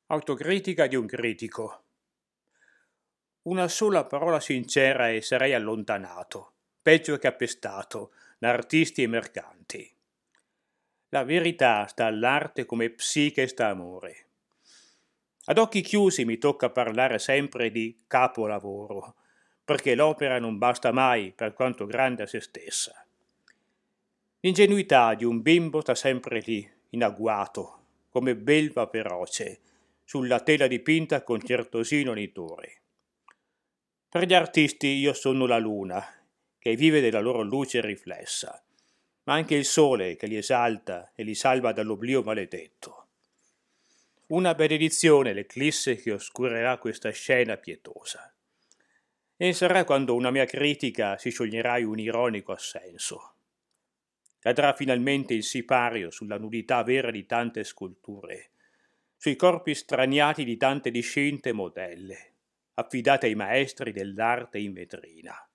Autocritica di un critico. Una sola parola sincera e sarei allontanato, peggio che appestato, da artisti e mercanti. La verità sta all'arte come psiche sta amore. Ad occhi chiusi mi tocca parlare sempre di capolavoro, perché l'opera non basta mai per quanto grande a se stessa. L'ingenuità di un bimbo sta sempre lì, in agguato, come belva feroce, sulla tela dipinta con certosino nei tori. Per gli artisti io sono la luna, che vive della loro luce riflessa, ma anche il sole che li esalta e li salva dall'oblio maledetto. Una benedizione l'eclisse che oscurerà questa scena pietosa. E sarà quando una mia critica si scioglierà in un ironico assenso. Cadrà finalmente il sipario sulla nudità vera di tante sculture, sui corpi straniati di tante discinte modelle, affidate ai maestri dell'arte in vetrina.